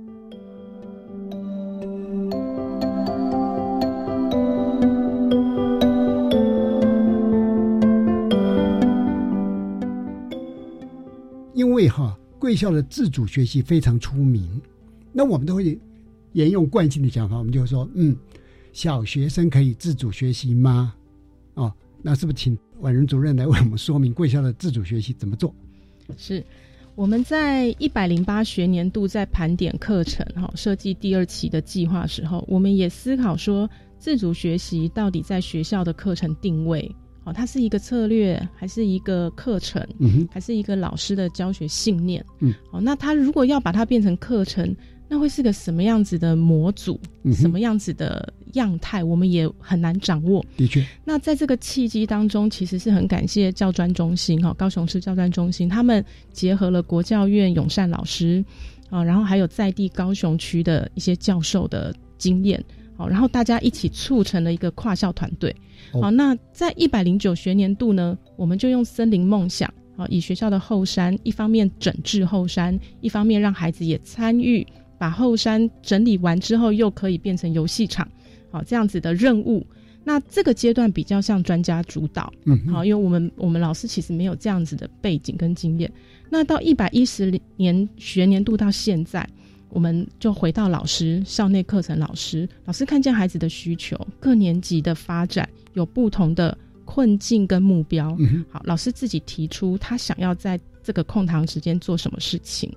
因为哈，贵校的自主学习非常出名，那我们都会沿用惯性的讲法，我们就说，嗯，小学生可以自主学习吗？哦，那是不是请婉仁主任来为我们说明贵校的自主学习怎么做？ 是我们在一百零八学年度在盘点课程设计第二期的计划时候，我们也思考说自主学习到底在学校的课程定位，它是一个策略还是一个课程、嗯、还是一个老师的教学信念、嗯、那他如果要把它变成课程，那会是个什么样子的模组、嗯、什么样子的样态，我们也很难掌握。的确，那在这个契机当中，其实是很感谢教专中心高雄市教专中心，他们结合了国教院永善老师，然后还有在地高雄区的一些教授的经验，然后大家一起促成了一个跨校团队。好、哦，那在一百零九学年度呢，我们就用森林梦想，以学校的后山，一方面整治后山，一方面让孩子也参与，把后山整理完之后又可以变成游戏场，好，这样子的任务。那这个阶段比较像专家主导，嗯，好，因为我们我们老师其实没有这样子的背景跟经验。那到一百一十年学年度到现在，我们就回到老师校内课程老师，老师看见孩子的需求，各年级的发展有不同的困境跟目标，嗯、好，老师自己提出他想要在这个空堂时间做什么事情。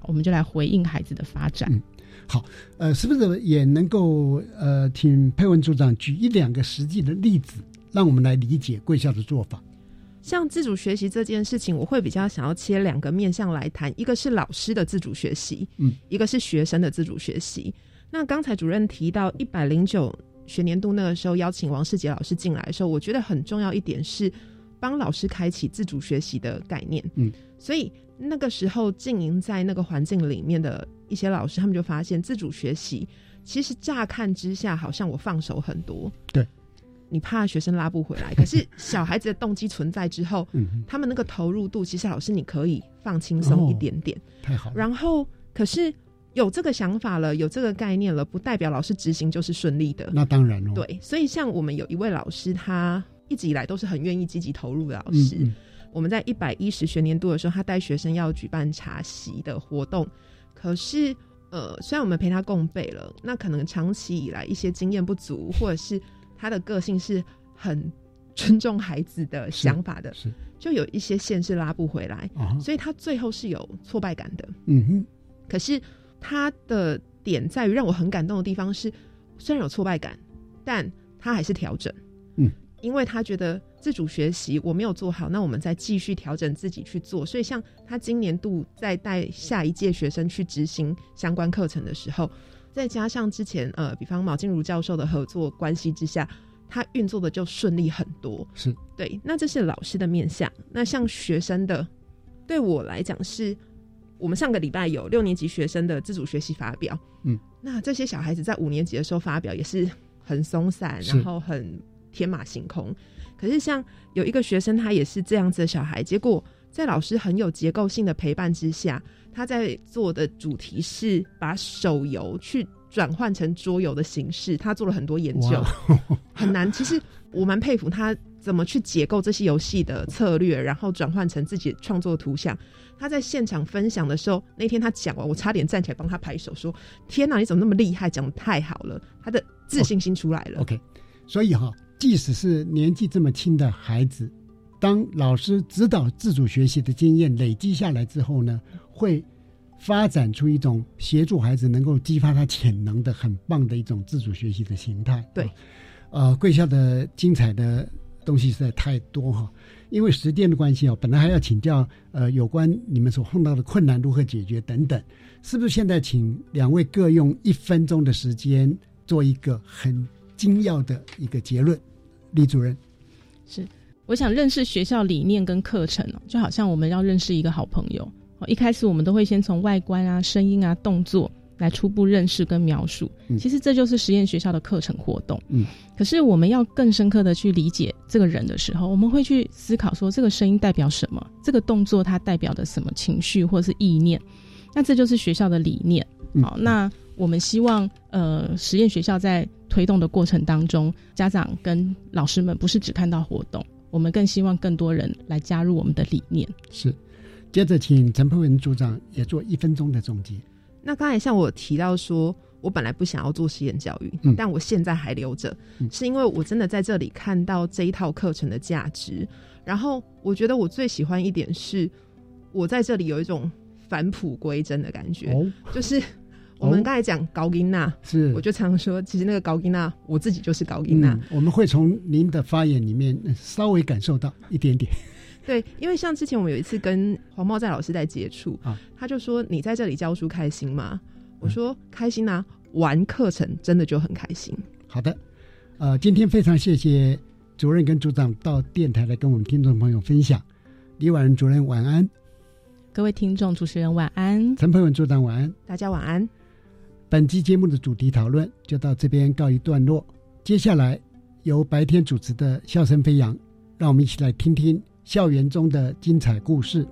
我们就来回应孩子的发展。 嗯，好，呃，是不是也能够呃，请佩文组长举一两个实际的例子，让我们来理解贵校的做法？ 像自主学习这件事情，我会比较想要切两个面向来谈，一个是老师的自主学习，嗯，一个是学生的自主学习。那刚才主任提到一百零九学年度那个时候邀请王世杰老师进来的时候，我觉得很重要一点是帮老师开启自主学习的概念。嗯，所以那个时候经营在那个环境里面的一些老师，他们就发现自主学习其实乍看之下好像我放手很多， 对， 你怕学生拉不回来，可是小孩子的动机存在之后嗯，他们那个投入度其实老师你可以放轻松一点点、哦、 太好了。 然后可是有这个想法了，有这个概念了，不代表老师执行就是顺利的。 那当然哦。 对，所以像我们有一位老师，他一直以来都是很愿意积极投入的老师。嗯嗯，我们在一百一十学年度的时候，他带学生要举办茶席的活动，可是呃，虽然我们陪他共备了，那可能长期以来一些经验不足，或者是他的个性是很尊重孩子的想法的，是就有一些线是拉不回来、啊、所以他最后是有挫败感的。嗯哼，可是他的点在于让我很感动的地方是，虽然有挫败感，但他还是调整。嗯，因为他觉得自主学习我没有做好，那我们再继续调整自己去做。所以像他今年度在带下一届学生去执行相关课程的时候，再加上之前呃，比方毛静茹教授的合作关系之下，他运作的就顺利很多。是，对，那这是老师的面向。那像学生的，对我来讲是我们上个礼拜有六年级学生的自主学习发表，嗯，那这些小孩子在五年级的时候发表也是很松散，然后很天马行空。可是像有一个学生，他也是这样子的小孩，结果在老师很有结构性的陪伴之下，他在做的主题是把手游去转换成桌游的形式，他做了很多研究，很难。其实我蛮佩服他怎么去解构这些游戏的策略，然后转换成自己创作的图像。他在现场分享的时候，那天他讲完，我差点站起来帮他拍手说，天哪，你怎么那么厉害，讲得太好了，他的自信心出来了。 OK， 所以哈，即使是年纪这么轻的孩子，当老师指导自主学习的经验累积下来之后呢，会发展出一种协助孩子能够激发他潜能的很棒的一种自主学习的形态。对，呃，贵校的精彩的东西实在太多哈。因为时间的关系哦，本来还要请教呃有关你们所碰到的困难如何解决等等，是不是现在请两位各用一分钟的时间做一个很精要的一个结论？李主任。 是，我想认识学校理念跟课程哦，就好像我们要认识一个好朋友。一开始我们都会先从外观啊、声音啊、动作来初步认识跟描述、嗯、其实这就是实验学校的课程活动。嗯，可是我们要更深刻的去理解这个人的时候，我们会去思考说这个声音代表什么，这个动作它代表的什么情绪或是意念，那这就是学校的理念。嗯、好，那我们希望呃实验学校在推动的过程当中，家长跟老师们不是只看到活动，我们更希望更多人来加入我们的理念。 是，接着请陈佩文组长也做一分钟的总结。 那刚才像我提到说，我本来不想要做实验教育、嗯、但我现在还留着、嗯、是因为我真的在这里看到这一套课程的价值。然后我觉得我最喜欢一点是，我在这里有一种返璞归真的感觉、哦、就是我们刚才讲高金娜，是，我就常说其实那个高金娜我自己就是高金娜、嗯、 我们会从您的发言里面稍微感受到一点点。 对，因为像之前我们有一次跟黄茂在老师在接触、啊、他就说你在这里教书开心吗？我说开心啊，玩课程真的就很开心。 好的，呃，今天非常谢谢主任跟组长到电台来跟我们听众朋友分享。李婉仁主任晚安。 各位听众主持人晚安。 陈佩文组长晚安。 大家晚安。 本期节目的主题讨论就到这边告一段落，接下来由白天主持的笑声飞扬，让我们一起来听听校园中的精彩故事。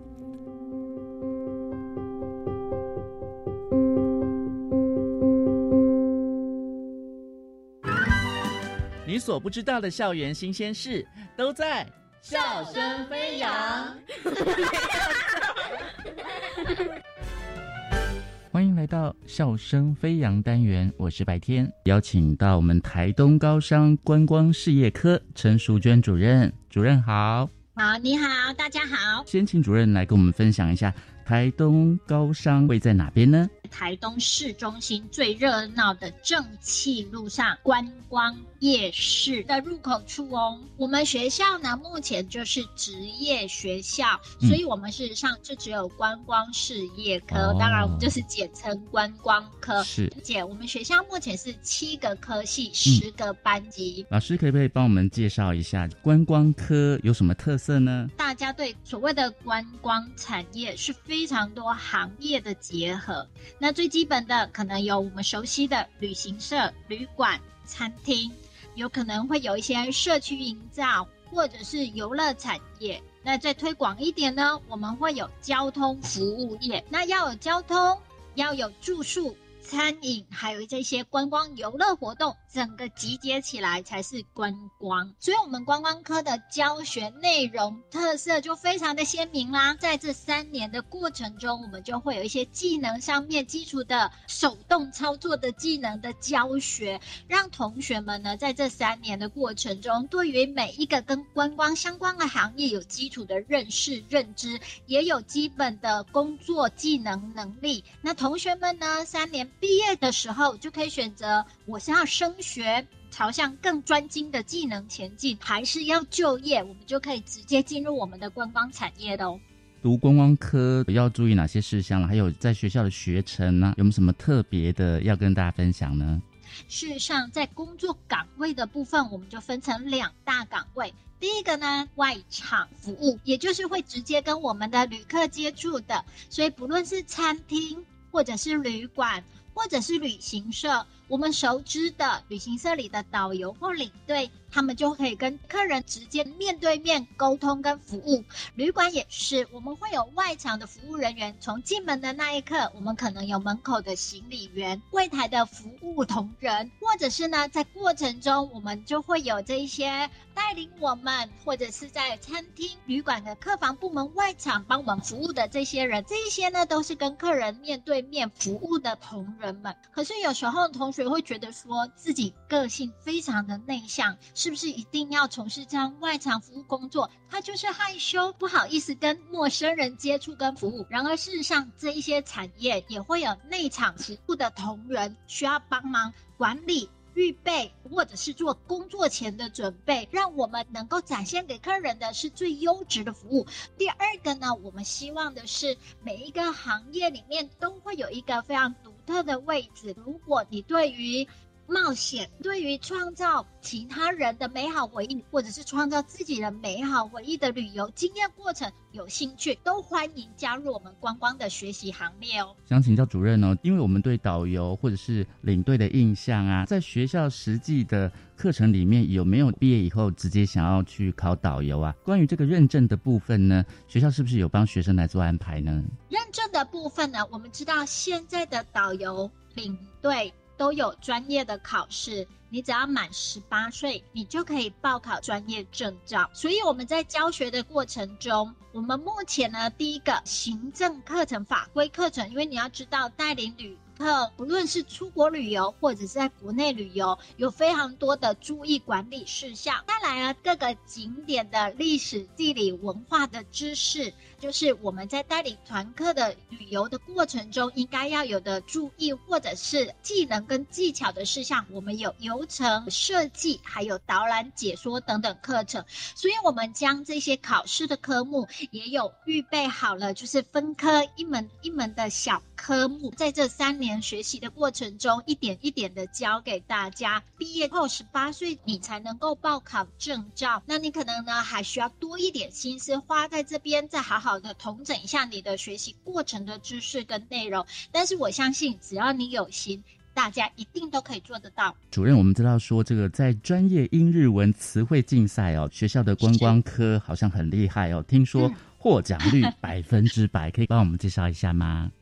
你所不知道的校园新鲜事都在笑声飞扬。 欢迎来到笑声飞扬单元，我是白天，邀请到我们台东高商观光事业科陈淑娟主任。主任好。 好，你好，大家好。 先请主任来跟我们分享一下台东高商会在哪边呢？ 台东市中心最热闹的正气路上观光夜市的入口处哦。我们学校呢目前就是职业学校，所以我们事实上就只有观光事业科、哦、当然我们就是简称观光科。 是， 姐，我们学校目前是七个科系十个班级、 嗯、老师可不可以帮我们介绍一下观光科有什么特色呢？ 大家对所谓的观光产业是非常多行业的结合，那最基本的可能有我们熟悉的旅行社、旅馆、餐厅，有可能会有一些社区营造或者是游乐产业。那再推广一点呢，我们会有交通服务业，那要有交通，要有住宿、餐饮，还有这些观光游乐活动，整个集结起来才是观光。所以我们观光科的教学内容特色就非常的鲜明啦。在这三年的过程中，我们就会有一些技能上面基础的手动操作的技能的教学，让同学们呢在这三年的过程中，对于每一个跟观光相关的行业有基础的认识认知，也有基本的工作技能能力。那同学们呢三年毕业的时候就可以选择我是要升学朝向更专精的技能前进，还是要就业，我们就可以直接进入我们的观光产业的哦。 读观光科要注意哪些事项，还有在学校的学程呢，有没有什么特别的要跟大家分享呢？ 事实上在工作岗位的部分，我们就分成两大岗位。第一个呢，外场服务，也就是会直接跟我们的旅客接触的，所以不论是餐厅或者是旅馆或者是旅行社，我们熟知的旅行社里的导游或领队，他们就可以跟客人直接面对面沟通跟服务。旅馆也是，我们会有外场的服务人员，从进门的那一刻，我们可能有门口的行李员、柜台的服务同仁，或者是呢在过程中我们就会有这一些带领我们，或者是在餐厅、旅馆的客房部门外场帮我们服务的这些人，这一些呢都是跟客人面对面服务的同仁们。可是有时候同学会觉得说自己个性非常的内向，是不是一定要从事这样外场服务工作？他就是害羞，不好意思跟陌生人接触跟服务。然而事实上，这一些产业也会有内场服务的同仁需要帮忙管理、预备，或者是做工作前的准备，让我们能够展现给客人的是最优质的服务。第二个呢，我们希望的是每一个行业里面都会有一个非常独特的位置。如果你对于冒险，对于创造其他人的美好回忆，或者是创造自己的美好回忆的旅游经验过程有兴趣，都欢迎加入我们观光的学习行列哦。 想请教主任哦，因为我们对导游或者是领队的印象啊，在学校实际的课程里面有没有毕业以后直接想要去考导游啊？关于这个认证的部分呢，学校是不是有帮学生来做安排呢？ 认证的部分呢，我们知道现在的导游、领队都有专业的考试，你只要满十八岁，你就可以报考专业证照。所以我们在教学的过程中，我们目前呢，第一个行政课程、法规课程，因为你要知道带领旅客，不论是出国旅游或者是在国内旅游，有非常多的注意管理事项。再来呢，各个景点的历史、地理、文化的知识，就是我们在带领团课的旅游的过程中应该要有的注意或者是技能跟技巧的事项。我们有游程设计，还有导览解说等等课程。所以我们将这些考试的科目也有预备好了，就是分科一门一门的小科目，在这三年学习的过程中，一点一点的教给大家。毕业后十八岁你才能够报考证照，那你可能呢还需要多一点心思花在这边，再好好的统整一下你的学习过程的知识跟内容。但是我相信只要你有心，大家一定都可以做得到。 主任，我们知道说这个在专业英日文词汇竞赛哦，学校的观光科好像很厉害哦，听说获奖率百分之百，可以帮我们介绍一下吗？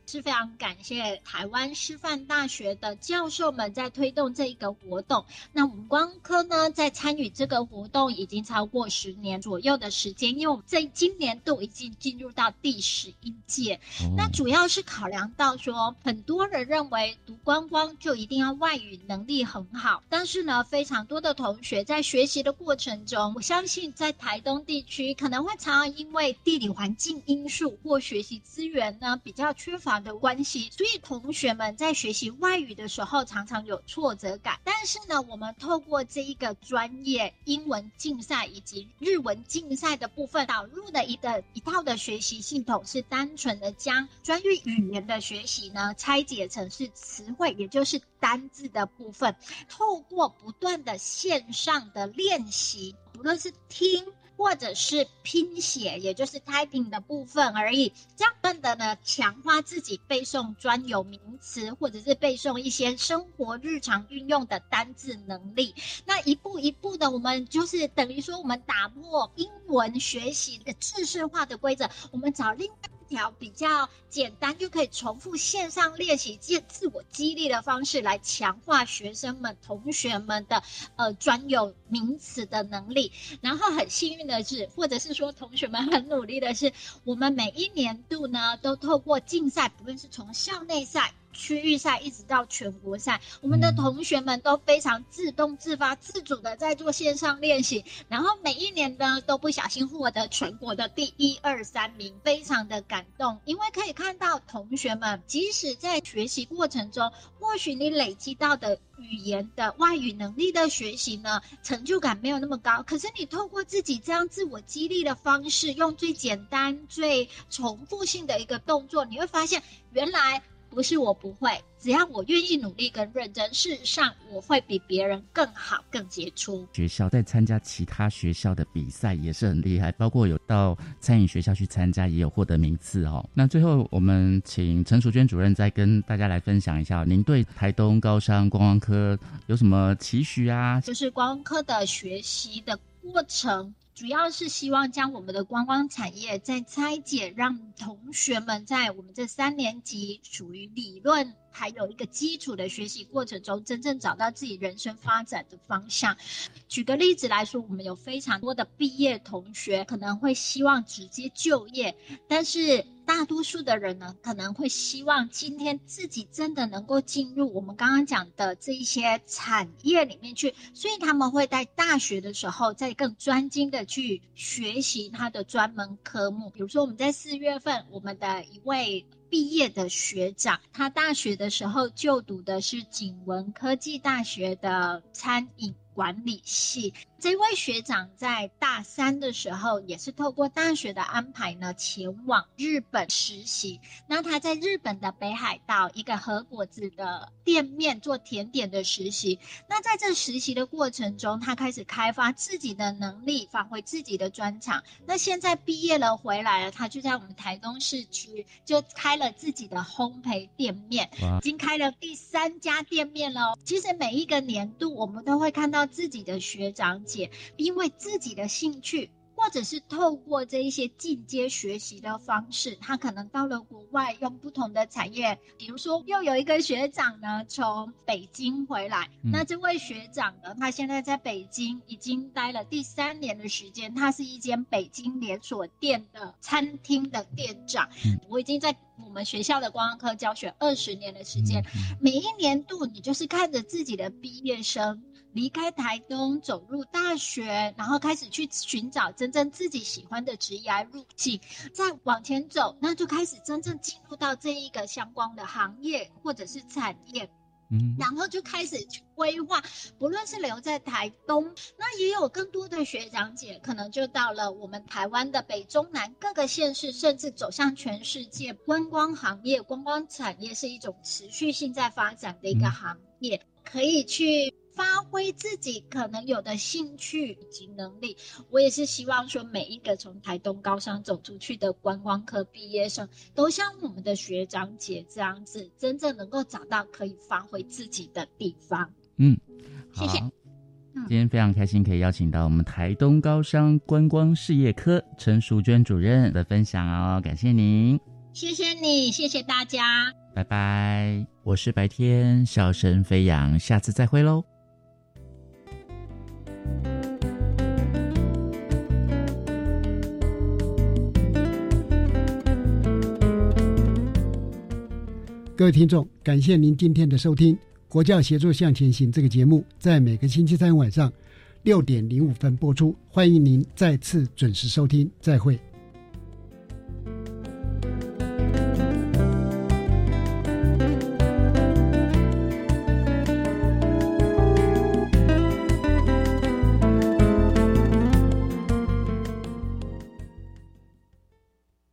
是非常感谢台湾师范大学的教授们在推动这一个活动。那我们观光科呢，在参与这个活动已经超过十年左右的时间，因为我们在今年度已经进入到第十一届。哦、那主要是考量到说，很多人认为读观光就一定要外语能力很好，但是呢，非常多的同学在学习的过程中，我相信在台东地区可能会常常因为地理环境因素或学习资源呢比较缺乏的关系，所以同学们在学习外语的时候常常有挫折感。但是呢，我们透过这一个专业英文竞赛以及日文竞赛的部分，导入的一个一套的学习系统，是单纯的将专业语言的学习呢拆解成是词汇，也就是单字的部分，透过不断的线上的练习，不论是听或者是拼写，也就是 typing 的部分而已，这样笨的呢强化自己背诵专有名词，或者是背诵一些生活日常运用的单字能力。那一步一步的，我们就是等于说我们打破英文学习的制式化的规则，我们找另外一条比较简单就可以重复线上练习借自我激励的方式，来强化学生们同学们的呃专有名词的能力。然后很幸运的是，或者是说同学们很努力的是，我们每一年度呢都透过竞赛，不论是从校内赛、区域赛一直到全国赛，我们的同学们都非常自动自发自主的在做线上练习，然后每一年呢都不小心获得全国的第一二三名，非常的感动。因为可以看到同学们即使在学习过程中，或许你累积到的语言的外语能力的学习呢成就感没有那么高，可是你透过自己这样自我激励的方式，用最简单最重复性的一个动作，你会发现原来不是我不会，只要我愿意努力跟认真，事实上我会比别人更好更杰出。 学校在参加其他学校的比赛也是很厉害，包括有到餐饮学校去参加，也有获得名次哦。那最后我们请陈淑娟主任再跟大家来分享一下，您对台东高商观光科有什么期许啊？ 就是观光科的学习的过程，主要是希望将我们的观光产业再拆解，让同学们在我们这三年级属于理论还有一个基础的学习过程中，真正找到自己人生发展的方向。举个例子来说，我们有非常多的毕业同学可能会希望直接就业，但是大多数的人呢，可能会希望今天自己真的能够进入我们刚刚讲的这一些产业里面去，所以他们会在大学的时候再更专精的去学习他的专门科目。比如说我们在四月份，我们的一位毕业的学长，他大学的时候就读的是景文科技大学的餐饮管理系。这位学长在大三的时候，也是透过大学的安排呢，前往日本实习。那他在日本的北海道一个和果子的店面做甜点的实习。那在这实习的过程中，他开始开发自己的能力，发挥自己的专长。那现在毕业了回来了，他就在我们台东市区就开了自己的烘焙店面，已经开了第三家店面了。其实每一个年度我们都会看到自己的学长姐因为自己的兴趣，或者是透过这一些进阶学习的方式，他可能到了国外用不同的产业。比如说又有一个学长呢从北京回来、嗯、那这位学长呢，他现在在北京已经待了第三年的时间，他是一间北京连锁店的餐厅的店长、嗯、我已经在我们学校的观光科教学二十年的时间、嗯、每一年度你就是看着自己的毕业生离开台东走入大学，然后开始去寻找真正自己喜欢的职业路径，再往前走，那就开始真正进入到这一个相关的行业或者是产业，嗯，然后就开始去规划，不论是留在台东，那也有更多的学长姐可能就到了我们台湾的北中南各个县市，甚至走向全世界。观光行业、观光产业是一种持续性在发展的一个行业、嗯、可以去发挥自己可能有的兴趣以及能力。我也是希望说每一个从台东高商走出去的观光科毕业生，都像我们的学长姐这样子，真正能够找到可以发挥自己的地方。 嗯， 谢谢。 今天非常开心可以邀请到我们台东高商观光事业科陈淑娟主任的分享哦，感谢您。 谢谢你，谢谢大家， 拜拜。我是白天笑声飞扬，下次再会喽。 各位听众，感谢您今天的收听。国教协作向前行这个节目在每个星期三晚上六点零五分播出，欢迎您再次准时收听，再会。